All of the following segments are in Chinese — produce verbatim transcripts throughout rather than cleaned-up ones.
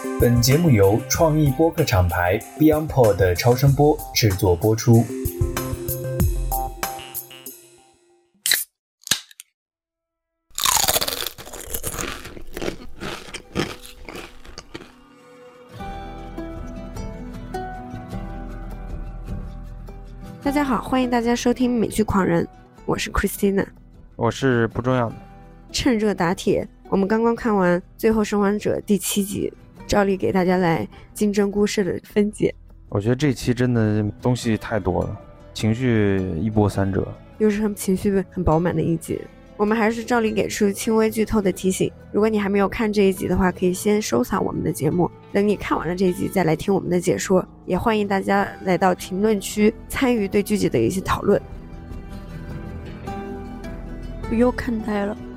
本节目由创意播客厂牌 BeyondPod 的超声波制作播出。 大家好，欢迎大家收听美剧狂人，我是 Christina， 我是不重要的。 趁热打铁，我们刚刚看完《最后生还者》第七集，照例给大家来金针菇式的分解。 我觉得这期真的东西太多了，情绪一波三折， 又是很情绪很饱满的一集。我们还是照例给出轻微剧透的提醒，如果你还没有看这一集的话，可以先收藏我们的节目，等你看完了这一集再来听我们的解说。也欢迎大家来到评论区参与对剧集的一些讨论。我又看呆了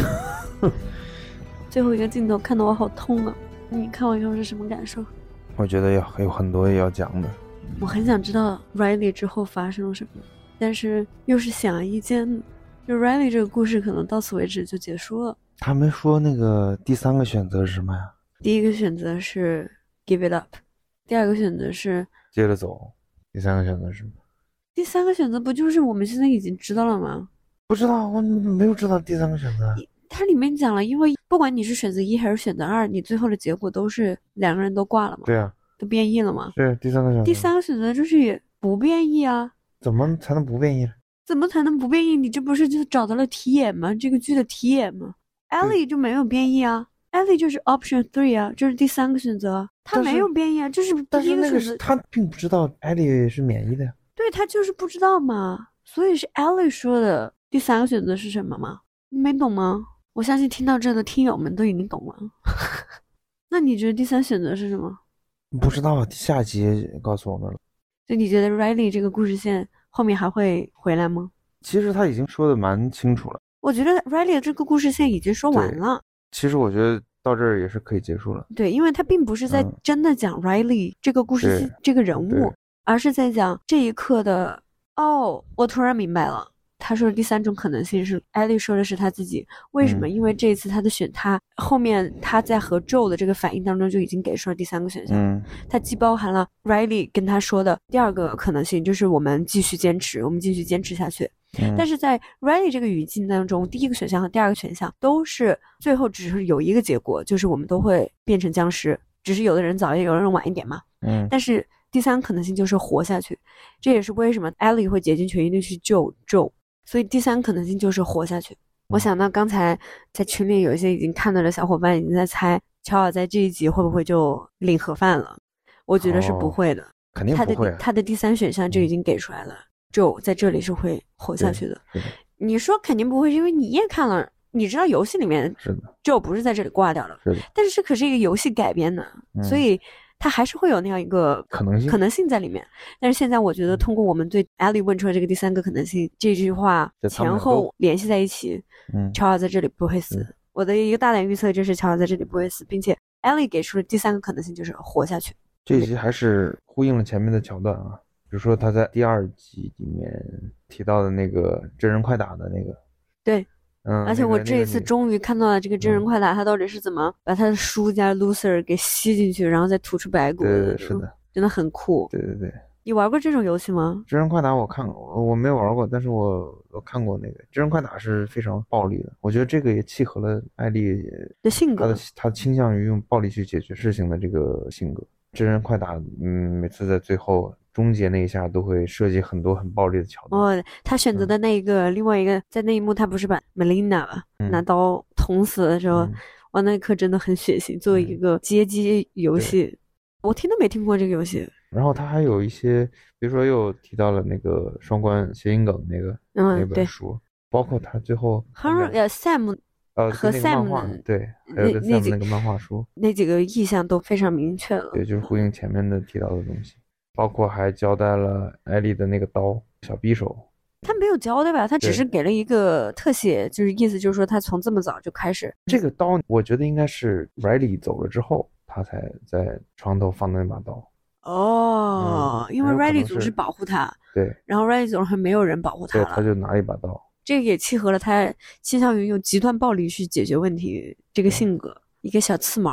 最后一个镜头看得我好痛啊！你看完以后是什么感受？ 我觉得有有很多要讲的。 我很想知道 Riley 之后发生了什么，但是又是显而易见的，就 Riley 这个故事可能到此为止就结束了。 他们说那个第三个选择是什么呀？ 第一个选择是 give it up， 第二个选择是接着走，第三个选择是什么？ 第三个选择不就是我们现在已经知道了吗？ 不知道，我没有知道第三个选择。 它里面讲了，因为不管你是选择一还是选择二，你最后的结果都是两个人都挂了嘛。 对啊， 都变异了嘛。 是第三个选择。 第三个选择就是也不变异啊。 怎么才能不变异？ 怎么才能不变异？你这不是就找到了题眼吗？这个剧的题眼吗？ Ellie 就没有变异啊， Ellie 就是 option three 啊，这是第三个选择，他没有变异啊，这是第一个选择。 他并不知道 Ellie 是免疫的呀。 对，他就是不知道嘛，所以是 Ellie 说的第三个选择是什么吗？你没懂吗？我相信听到这的听友们都已经懂了那你觉得第三选择是什么？ 不知道，下集告诉我们了。 就你觉得 Riley 这个故事线后面还会回来吗？ 其实他已经说的蛮清楚了。 我觉得 Riley 这个故事线已经说完了。 其实我觉得到这儿也是可以结束了。 对，因为他并不是在真的讲 Riley 这个故事线、嗯、这个人物，而是在讲这一刻的。哦，我突然明白了。他说的第三种可能性是艾莉说的是他自己，为什么、嗯、因为这一次他的选他后面他在和 Joe 的这个反应当中就已经给出了第三个选项、嗯、他既包含了 Riley 跟他说的第二个可能性，就是我们继续坚持我们继续坚持下去、嗯、但是在 Riley 这个语境当中，第一个选项和第二个选项都是最后只是有一个结果，就是我们都会变成僵尸，只是有的人早一点有的人晚一点嘛。嗯，但是第三个可能性就是活下去，这也是为什么 Ellie 会竭尽全力的去救 Joe，所以第三可能性就是活下去。我想到刚才在群里有一些已经看到的小伙伴已经在猜乔尔在这一集会不会就领盒饭了，我觉得是不会的、哦、 肯定不会、啊、 他的他的第三选项就已经给出来了、嗯、Joe 在这里是会活下去的。你说肯定不会，因为你也看了，你知道游戏里面 Joe 不是在这里挂掉了， 是的， 但是这可是一个游戏改编的、嗯、所以它还是会有那样一个可能性可能性在里面。但是现在我觉得通过我们对 Ellie 问出来这个第三个可能性这句话前后联系在一起，嗯，乔尔在这里不会死、嗯、我的一个大胆预测就是乔尔在这里不会死，并且 Ellie 给出了第三个可能性就是活下去。 这一集还是呼应了前面的桥段啊，比如说他在第二集里面提到的那个真人快打的那个， 对， 嗯， 而且我这一次终于看到了这个真人快打、嗯、他到底是怎么把他的输加 loser 给吸进去，然后再吐出白骨。 对对，是的， 真的很酷。 对对对， 你玩过这种游戏吗？ 真人快打我看过，我没有玩过，但是我我看过那个真人快打是非常暴力的，我觉得这个也契合了艾莉的性格， 他的他倾向于用暴力去解决事情的这个性格。真人快打，嗯，每次在最后终结那一下都会设计很多很暴力的桥段。 哦，他选择的那一个、嗯、另外一个在那一幕他不是把 Melina 吧、嗯、拿刀捅死的时候、嗯、哇，那一刻真的很血腥。作为一个街机游戏、嗯、我听都没听过这个游戏。 然后他还有一些比如说又提到了那个双关谐音梗那个、嗯、那本书，包括他最后好像呃 Sam 呃和 Sam 的对还有个 Sam 那个漫画书， 那几个意象都非常明确了。 对，就是呼应前面的提到的东西，包括还交代了艾莉的那个刀小匕首。 他没有交代吧，他只是给了一个特写，就是意思就是说他从这么早就开始。 这个刀我觉得应该是 Riley 走了之后他才在床头放的那把刀。 哦、嗯、因为 Riley 总是保护他， 对， 然后 Riley 总是没有人保护他了， 对，他就拿一把刀。 这个也契合了他倾向于用极端暴力去解决问题这个性格，一个小刺毛。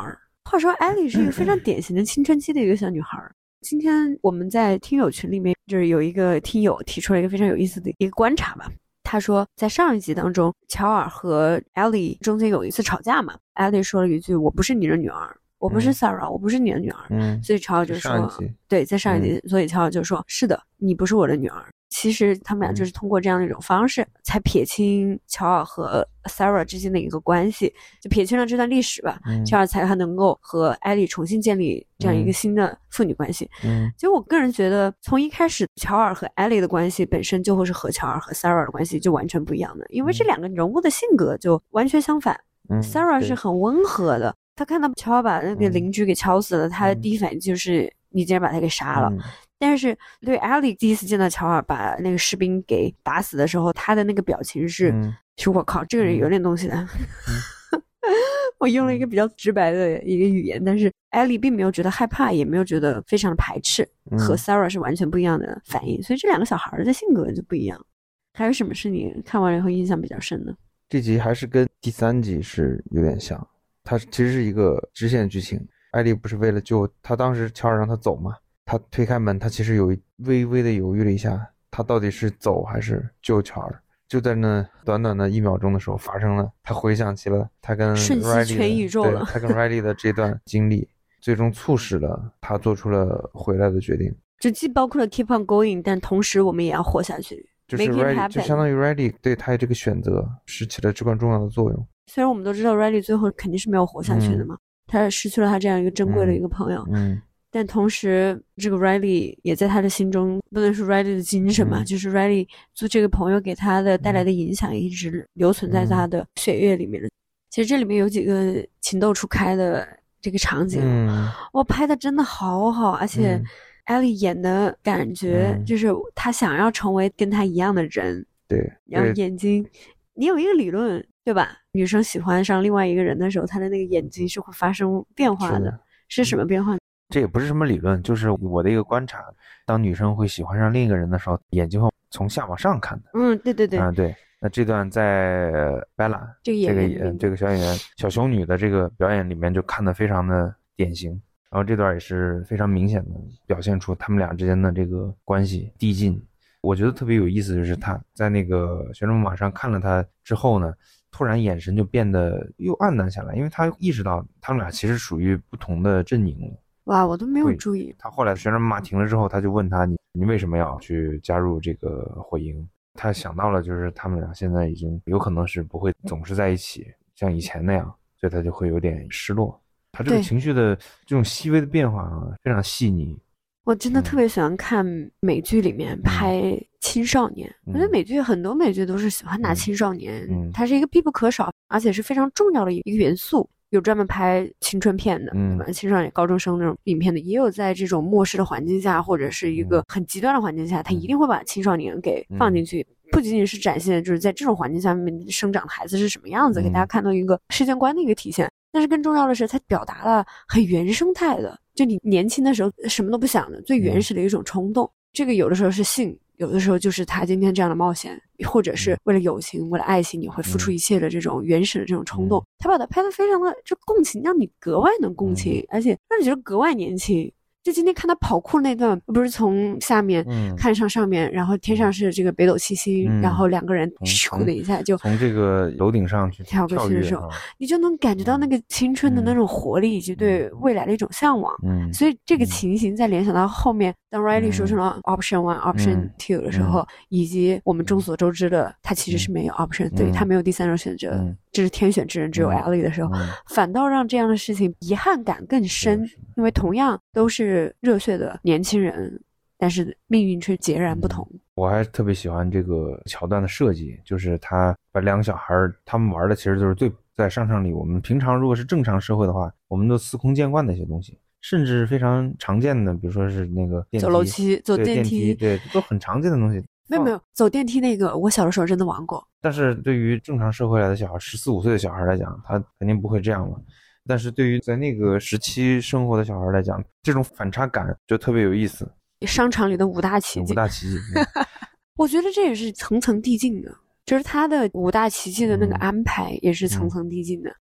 话说艾莉是一个非常典型的青春期的一个小女孩。今天我们在听友群里面就是有一个听友提出了一个非常有意思的一个观察吧。他说在上一集当中，乔尔和艾莉中间有一次吵架嘛，艾莉说了一句我不是你的女儿，我不是 Sarah、嗯、我不是你的女儿。 嗯， 所以乔尔就说对，在上一集、嗯、所以乔尔就说是的，你不是我的女儿。其实他们俩就是通过这样的一种方式、嗯、才撇清乔尔和 Sarah 之间的一个关系，就撇清了这段历史吧、嗯、乔尔才还能够和艾莉重新建立这样一个新的父女关系。 嗯， 其实我个人觉得从一开始乔尔和艾莉的关系本身就会是和乔尔和 Sarah 的关系就完全不一样的，因为这两个人物的性格就完全相反。嗯 Sarah 是很温和的，他看到乔尔把那个邻居给敲死了、嗯、他的第一反应就是你竟然把他给杀了、嗯，但是对艾莉第一次见到乔尔把那个士兵给打死的时候，他的那个表情是、嗯、是我靠这个人有点东西的、嗯、我用了一个比较直白的一个语言，但是艾莉并没有觉得害怕，也没有觉得非常的排斥、嗯、和 Sarah 是完全不一样的反应，所以这两个小孩的性格就不一样。还有什么是你看完了以后印象比较深的？ 这集还是跟第三集是有点像，它其实是一个支线剧情。艾莉不是为了救他，当时乔尔让他走嘛，他推开门，他其实有微微的犹豫了一下，他到底是走还是救乔尔。就在那短短的一秒钟的时候发生了，他回想起了他跟 Riley 全宇宙了， 他跟 Riley 的这段经历，最终促使了他做出了回来的决定。 就既包括了 keep on going， 但同时我们也要活下去。 就是 Riley 就相当于 Riley 对他这个选择是起了至关重要的作用。虽然我们都知道 Riley 最后肯定是没有活下去的嘛、嗯、他失去了他这样一个珍贵的一个朋友。 嗯，嗯但同时这个 Riley 也在他的心中，不能说 Riley 的精神嘛、嗯、就是 Riley 做这个朋友给他的带来的影响一直留存在他的血液里面的、嗯、其实这里面有几个情窦初开的这个场景， 嗯， 我拍的真的好好，而且艾莉演的感觉就是他想要成为跟他一样的人。 对， 然后眼睛，你有一个理论对吧，女生喜欢上另外一个人的时候，她的那个眼睛是会发生变化的。 是, 是什么变化？ 这也不是什么理论，就是我的一个观察，当女生会喜欢上另一个人的时候，眼睛会从下往上看的。 嗯，对对对， 嗯对。那这段在 Bella 这个演员、 这个这个小演员小熊女的这个表演里面就看得非常的典型，然后这段也是非常明显的表现出他们俩之间的这个关系递进。我觉得特别有意思，就是他在那个旋转木马上看了他之后呢，突然眼神就变得又暗淡下来，因为他意识到他们俩其实属于不同的阵营了。 哇，我都没有注意。 他后来旋转木马停了之后，他就问他你你为什么要去加入这个火营？他想到了就是他们俩现在已经有可能是不会总是在一起像以前那样，所以他就会有点失落。他这个情绪的这种细微的变化啊，非常细腻。 我真的特别喜欢看美剧里面拍青少年、嗯、我觉得美剧很多美剧都是喜欢拿青少年、嗯、它是一个必不可少而且是非常重要的一个元素。有专门拍青春片的、嗯、青少年高中生那种影片的，也有在这种末世的环境下或者是一个很极端的环境下、嗯、他一定会把青少年给放进去、嗯、不仅仅是展现就是在这种环境下面生长的孩子是什么样子、嗯、给大家看到一个世界观的一个体现，但是更重要的是他表达了很原生态的，就你年轻的时候什么都不想的最原始的一种冲动、嗯、这个有的时候是性，有的时候就是他今天这样的冒险，或者是为了友情为了爱情你会付出一切的这种原始的这种冲动、嗯、他把它拍得非常的就共情，让你格外能共情、嗯、而且让你觉得格外年轻。就今天看他跑酷那段，不是从下面看上上面、嗯、然后天上是这个北斗七星、嗯、然后两个人咻的一下就从这个楼顶上去跳过去的时候、嗯、你就能感觉到那个青春的那种活力以及对未来的一种向往、嗯、所以这个情形再联想到后面当 Riley 说成了 option one、嗯、option two 的时候、嗯、以及我们众所周知的他其实是没有 option、嗯、对，他没有第三种选择、嗯、这是天选之人只有 Ellie 的时候、嗯、反倒让这样的事情遗憾感更深、嗯、因为同样都是热血的年轻人，但是命运却截然不同、嗯、 我还特别喜欢这个桥段的设计，就是他把两个小孩他们玩的其实就是最在商场里我们平常如果是正常社会的话我们都司空见惯的一些东西，甚至非常常见的，比如说是那个电梯走楼梯走电梯， 对, 对都很常见的东西。 没有没有，走电梯那个我小的时候真的玩过， 但是对于正常社会来的小孩，十四五岁的小孩来讲他肯定不会这样嘛。但是对于在那个时期生活的小孩来讲，这种反差感就特别有意思。 商场里的五大奇迹， 五大奇迹我觉得这也是层层递进的，就是他的五大奇迹的那个安排也是层层递进的、嗯、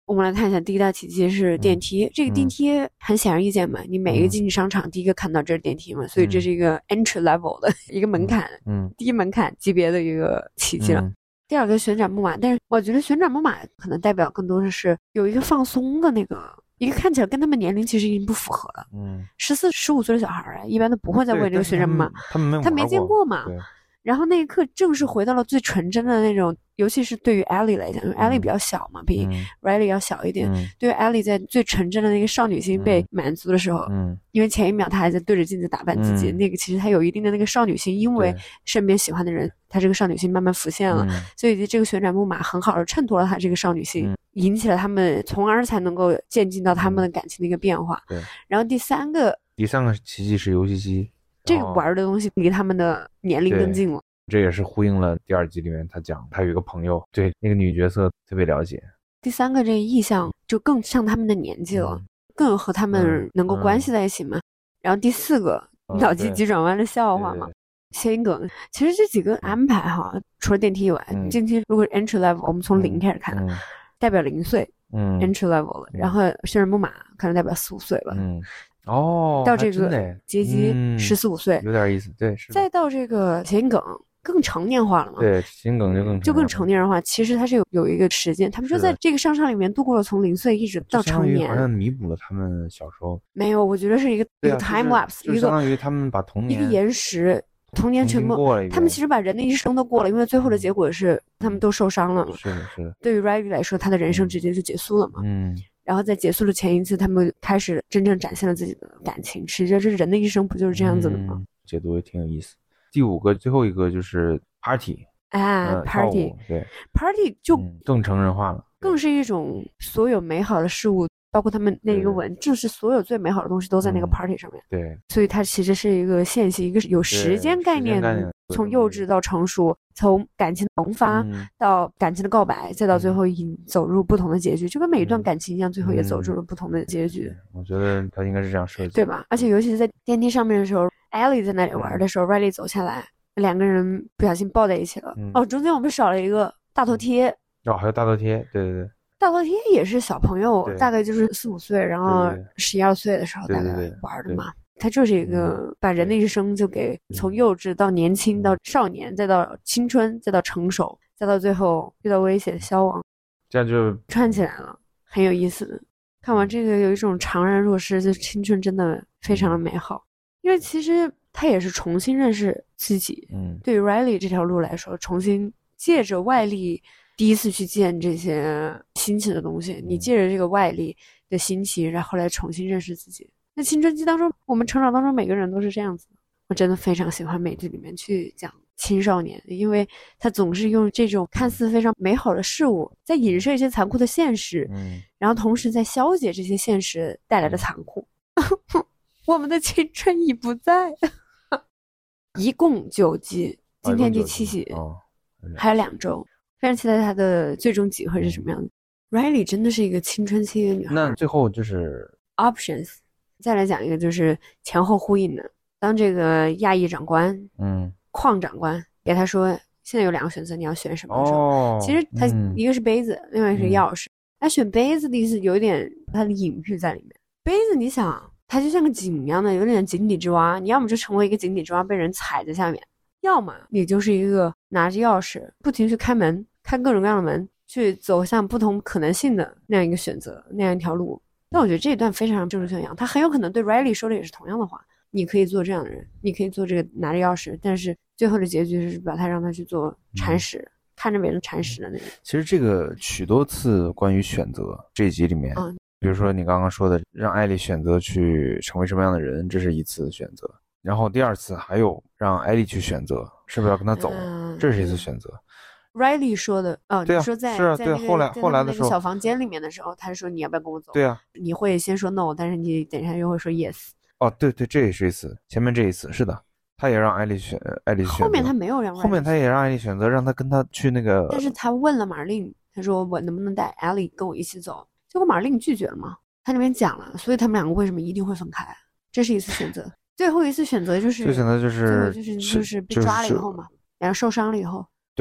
我们来看一下第一大奇迹是电梯、嗯、这个电梯很显而易见嘛，你每一个经济商场第一个看到这是电梯嘛、嗯、所以这是一个 entry level 的一个门槛， 嗯， 低门槛级别的一个奇迹了、嗯、第二个旋转木马，但是我觉得旋转木马可能代表更多的是有一个放松的那个，一个看起来跟他们年龄其实已经不符合了，嗯，十四十五岁的小孩啊一般都不会再为这个旋转木马， 他们没有他没见过嘛，然后那一刻正是回到了最纯真的那种，尤其是对于 Ellie 来讲，因为 Ellie 比较小嘛，比 Riley 要小一点、嗯、对于 Ellie 在最纯真的那个少女心被满足的时候、嗯、因为前一秒她还在对着镜子打扮自己、嗯、那个其实她有一定的那个少女心，因为身边喜欢的人她这个少女心慢慢浮现了、嗯、所以这个旋转木马很好的衬托了她这个少女心、嗯、引起了他们，从而才能够渐进到他们的感情的一个变化、嗯、然后第三个第三个奇迹是游戏机， 这个玩的东西离他们的年龄更近了， 这也是呼应了第二集里面他讲他有一个朋友对那个女角色特别了解。 第三个这个意象就更像他们的年纪了、嗯、更和他们能够关系在一起嘛、嗯、然后第四个、嗯、脑筋急转弯的笑话嘛，谐音梗，其实这几个安排哈，除了电梯以外、嗯、电梯如果 entry level 我们从零开始看、嗯、代表零岁，嗯 entry level 了、嗯、然后旋转木马可能代表四五岁吧，嗯哦， 到这个阶级十四五岁、 嗯、有点意思，对，是再到这个谐音梗更成年化了嘛， 对，谐音梗就更就更成年人化，其实它是有有一个时间，他们就在这个商场里面度过了从零岁一直到成年， 好像弥补了他们小时候， 没有，我觉得是一个、啊、一个 time lapse、 就是、就相当于他们把童年一个延时，童年全部过了， 他们其实把人的一生都过了，因为最后的结果是他们都受伤了嘛， 是的是的， 对于 Riley 来说他的人生直接就结束了嘛，嗯，然后在结束的前一次他们开始真正展现了自己的感情，实际上这人的一生不就是这样子的吗、嗯、 解读也挺有意思。第五个最后一个就是 party， 哎、呃、party 对 party 就、 嗯、更成人化了， 更是一种所有美好的事物，包括他们那一个吻，就是所有最美好的东西都在那个 party 上面、嗯、对，所以它其实是一个线性，一个有时间概念的，从幼稚到成熟，从感情萌发到感情的告白、嗯、再到最后引走入不同的结局，就跟每一段感情一样、嗯、最后也走入了不同的结局、嗯、 我觉得它应该是这样设计， 对吧？而且尤其是在电梯上面的时候， Ellie 在那里玩的时候、嗯、Riley 走下来，两个人不小心抱在一起了、嗯、哦，中间我们少了一个大头贴， 哦，还有大头贴，对对对， 大头贴也是小朋友，大概就是四五岁，然后十一二岁的时候大概玩的嘛。它就是一个把人的一生就给从幼稚到年轻到少年，再到青春，再到成熟，再到最后遇到危险消亡， 这样就串起来了，很有意思的。看完这个有一种怅然若失，就青春真的非常的美好，因为其实他也是重新认识自己。嗯，对于 Riley 这条路来说，重新借着外力第一次去见这些新奇的东西，你借着这个外力的新奇，然后来重新认识自己。那青春期当中，我们成长当中每个人都是这样子的。我真的非常喜欢美剧里面去讲青少年，因为他总是用这种看似非常美好的事物，在影射一些残酷的现实，嗯，然后同时在消解这些现实带来的残酷。我们的青春已不在。一共九集，今天第七集，哦，还有两周，非常期待他的最终集会是什么样的。嗯、Riley 真的是一个青春期的女孩。 那最后就是 options， 再来讲一个就是前后呼应的。当这个亚裔长官，嗯，邝长官给他说现在有两个选择，你要选什么的时候，哦，其实他一个是杯子，嗯，另外一个是钥匙。他，嗯，选杯子的意思有点他的隐喻在里面。杯子你想它就像个井一样的，有点井底之蛙，你要么就成为一个井底之蛙被人踩在下面，要么你就是一个拿着钥匙不停去开门，开各种各样的门，去走向不同可能性的那样一个选择，那样一条路。但我觉得这一段非常正式宣扬，他很有可能对 Riley 说的也是同样的话，你可以做这样的人，你可以做这个拿着钥匙，但是最后的结局是把他让他去做铲屎，嗯，看着别人铲屎的那种。 其实这个许多次关于选择这一集里面，嗯，比如说你刚刚说的让艾莉选择去成为什么样的人，这是一次选择，然后第二次还有让艾莉去选择是不是要跟他走，嗯，这是一次选择。 Riley 说的，哦， 对啊， 你说在是啊， 在那个对，后来后来的时候小房间里面的时候，他说你要不要跟我走？ 对啊， 你会先说 no， 但是你等一下又会说 yes。 哦，对对，这也是一次，前面这一次是的，他也让艾莉选，艾莉选择。 后面他没有让， 后面他也让艾莉选择，让他跟他去那个。 但是他问了马令，他说我能不能带艾莉跟我一起走？结果马令拒绝了嘛，他那边讲了，所以他们两个为什么一定会分开？这是一次选择，最后一次选择就是， 最选择就是， 就是就是被抓了以后嘛，然后受伤了以后。 对，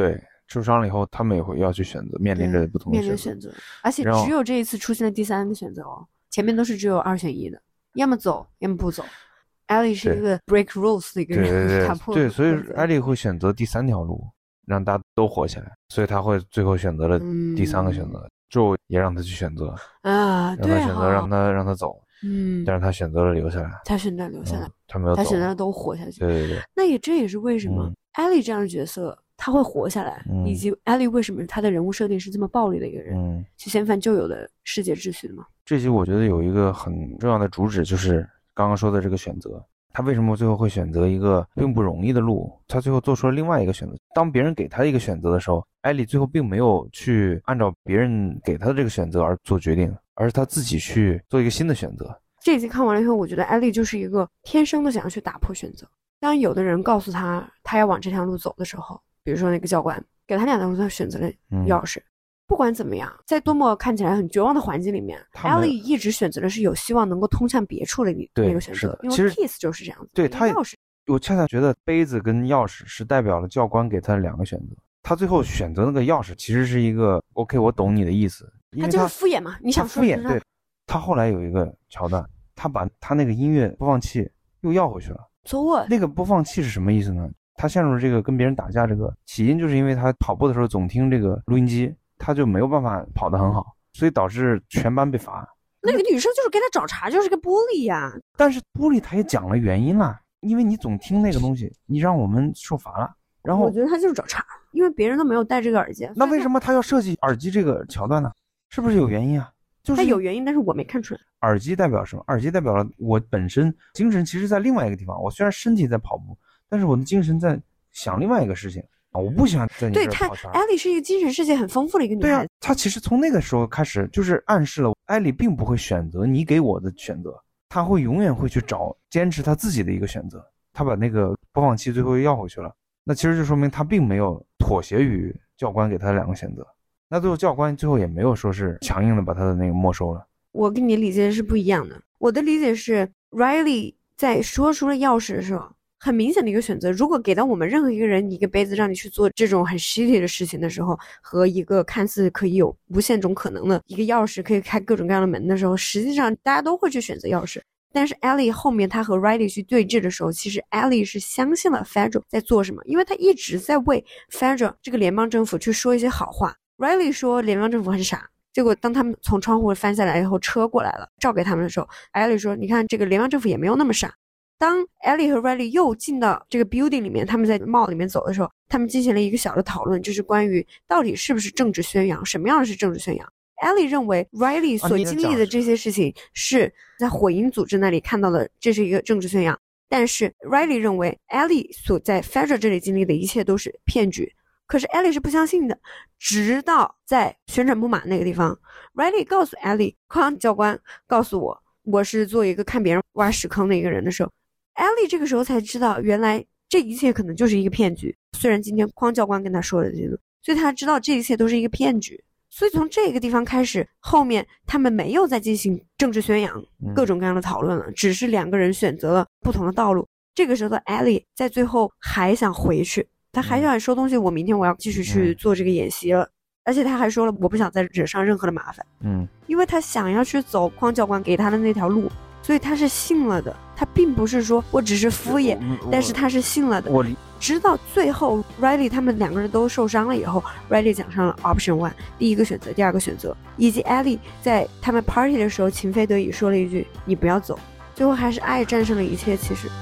受伤了以后，他们也会要去选择，面临着不同的面临选择，而且只有这一次出现了第三个选择哦，前面都是只有二选一的，要么走，要么不走。艾莉是一个 break rules 的一个人， 对对打破对，所以艾莉会选择第三条路，让大家都活起来，所以他会最后选择了第三个选择，就、嗯、也让他去选择啊， 让他选择让他让他走。 嗯， 但是他选择了留下来， 他选择留下来、嗯， 他没有走， 他选择了都活下去。 对对对， 那也这也是为什么艾莉、嗯、这样的角色他会活下来、嗯，以及艾莉为什么他的人物设定是这么暴力的一个人，嗯，去掀翻旧有的世界秩序的嘛。 这集我觉得有一个很重要的主旨，就是刚刚说的这个选择。他为什么最后会选择一个并不容易的路？他最后做出了另外一个选择。当别人给他一个选择的时候，艾莉最后并没有去按照别人给他的这个选择而做决定，而是他自己去做一个新的选择。 这一集看完了以后，我觉得艾莉就是一个天生的想要去打破选择。当有的人告诉他他要往这条路走的时候，比如说那个教官给他两条路，他选择了钥匙、嗯、不管怎么样，在多么看起来很绝望的环境里面，艾莉一直选择的是有希望能够通向别处的那个选择。因为 Kiss 就是这样子。 对，他钥匙，我恰恰觉得杯子跟钥匙是代表了教官给他的两个选择。他最后选择那个钥匙其实是一个 OK， 我懂你的意思，因为 他, 他就是敷衍嘛，你想敷衍。对，他后来有一个桥段，他把他那个音乐播放器又要回去了。 错， 那个播放器是什么意思呢？他陷入了这个跟别人打架，这个起因就是因为他跑步的时候总听这个录音机，他就没有办法跑得很好，所以导致全班被罚。 那个女生就是给他找茬，就是个玻璃呀、啊。 但是玻璃他也讲了原因了，因为你总听那个东西，你让我们受罚了。然后我觉得他就是找茬，因为别人都没有戴这个耳机。 那为什么他要设计耳机这个桥段呢？是不是有原因啊？就是他有原因，但是我没看出来。 耳机代表什么？耳机代表了我本身精神其实在另外一个地方，我虽然身体在跑步，但是我的精神在想另外一个事情啊！我不想在你这跑圈。 对，他艾莉是一个精神世界很丰富的一个女孩子。 对啊，她其实从那个时候开始就是暗示了艾莉并不会选择你给我的选择，她会永远会去找坚持她自己的一个选择。她把那个播放器最后要回去了，那其实就说明她并没有妥协于教官给她的两个选择。那最后教官最后也没有说是强硬的把她的那个没收了。 我跟你理解是不一样的。我的理解是 Riley 在说出了钥匙的时候，很明显的一个选择，如果给到我们任何一个人一个杯子让你去做这种很 shitty 的事情的时候，和一个看似可以有无限种可能的一个钥匙可以开各种各样的门的时候，实际上大家都会去选择钥匙。但是 Ellie 后面他和 Riley 去对峙的时候，其实 Ellie 是相信了 Federal 在做什么，因为他一直在为 Federal 这个联邦政府去说一些好话。 Riley 说联邦政府很傻，结果当他们从窗户翻下来以后，车过来了照给他们的时候， Ellie 说你看这个联邦政府也没有那么傻。当 Ellie 和 Riley 又进到这个 building 里面，他们在 mall 里面走的时候，他们进行了一个小的讨论，就是关于到底是不是政治宣扬，什么样的是政治宣扬。 Ellie 认为 Riley 所经历的这些事情是在火影组织那里看到的，这是一个政治宣扬，但是 Riley 认为 Ellie 所在 Federal 这里经历的一切都是骗局。可是 Ellie 是不相信的，直到在旋转木马那个地方， Riley 告诉 Ellie 匡教官告诉我我是做一个看别人挖屎坑的一个人的时候， Ellie 这个时候才知道原来这一切可能就是一个骗局。虽然今天匡教官跟他说了这个，所以他知道这一切都是一个骗局。所以从这个地方开始，后面他们没有再进行政治宣扬各种各样的讨论了，只是两个人选择了不同的道路。这个时候的 Ellie 在最后还想回去，他还想说东西，我明天我要继续去做这个演习了、嗯、而且他还说了我不想再惹上任何的麻烦。 嗯， 因为他想要去走匡教官给他的那条路，所以他是信了的。他并不是说我只是敷衍，但是他是信了的。 我直到最后 Riley 他们两个人都受伤了以后， Riley 讲上了 option one 第一个选择，第二个选择，以及 Ellie 在他们 party 的时候情非得已说了一句你不要走，最后还是爱战胜了一切。其实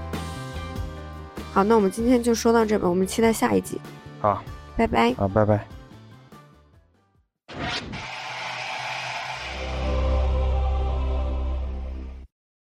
好，那我们今天就说到这吧，我们期待下一集。 好， 拜拜。 好，拜拜。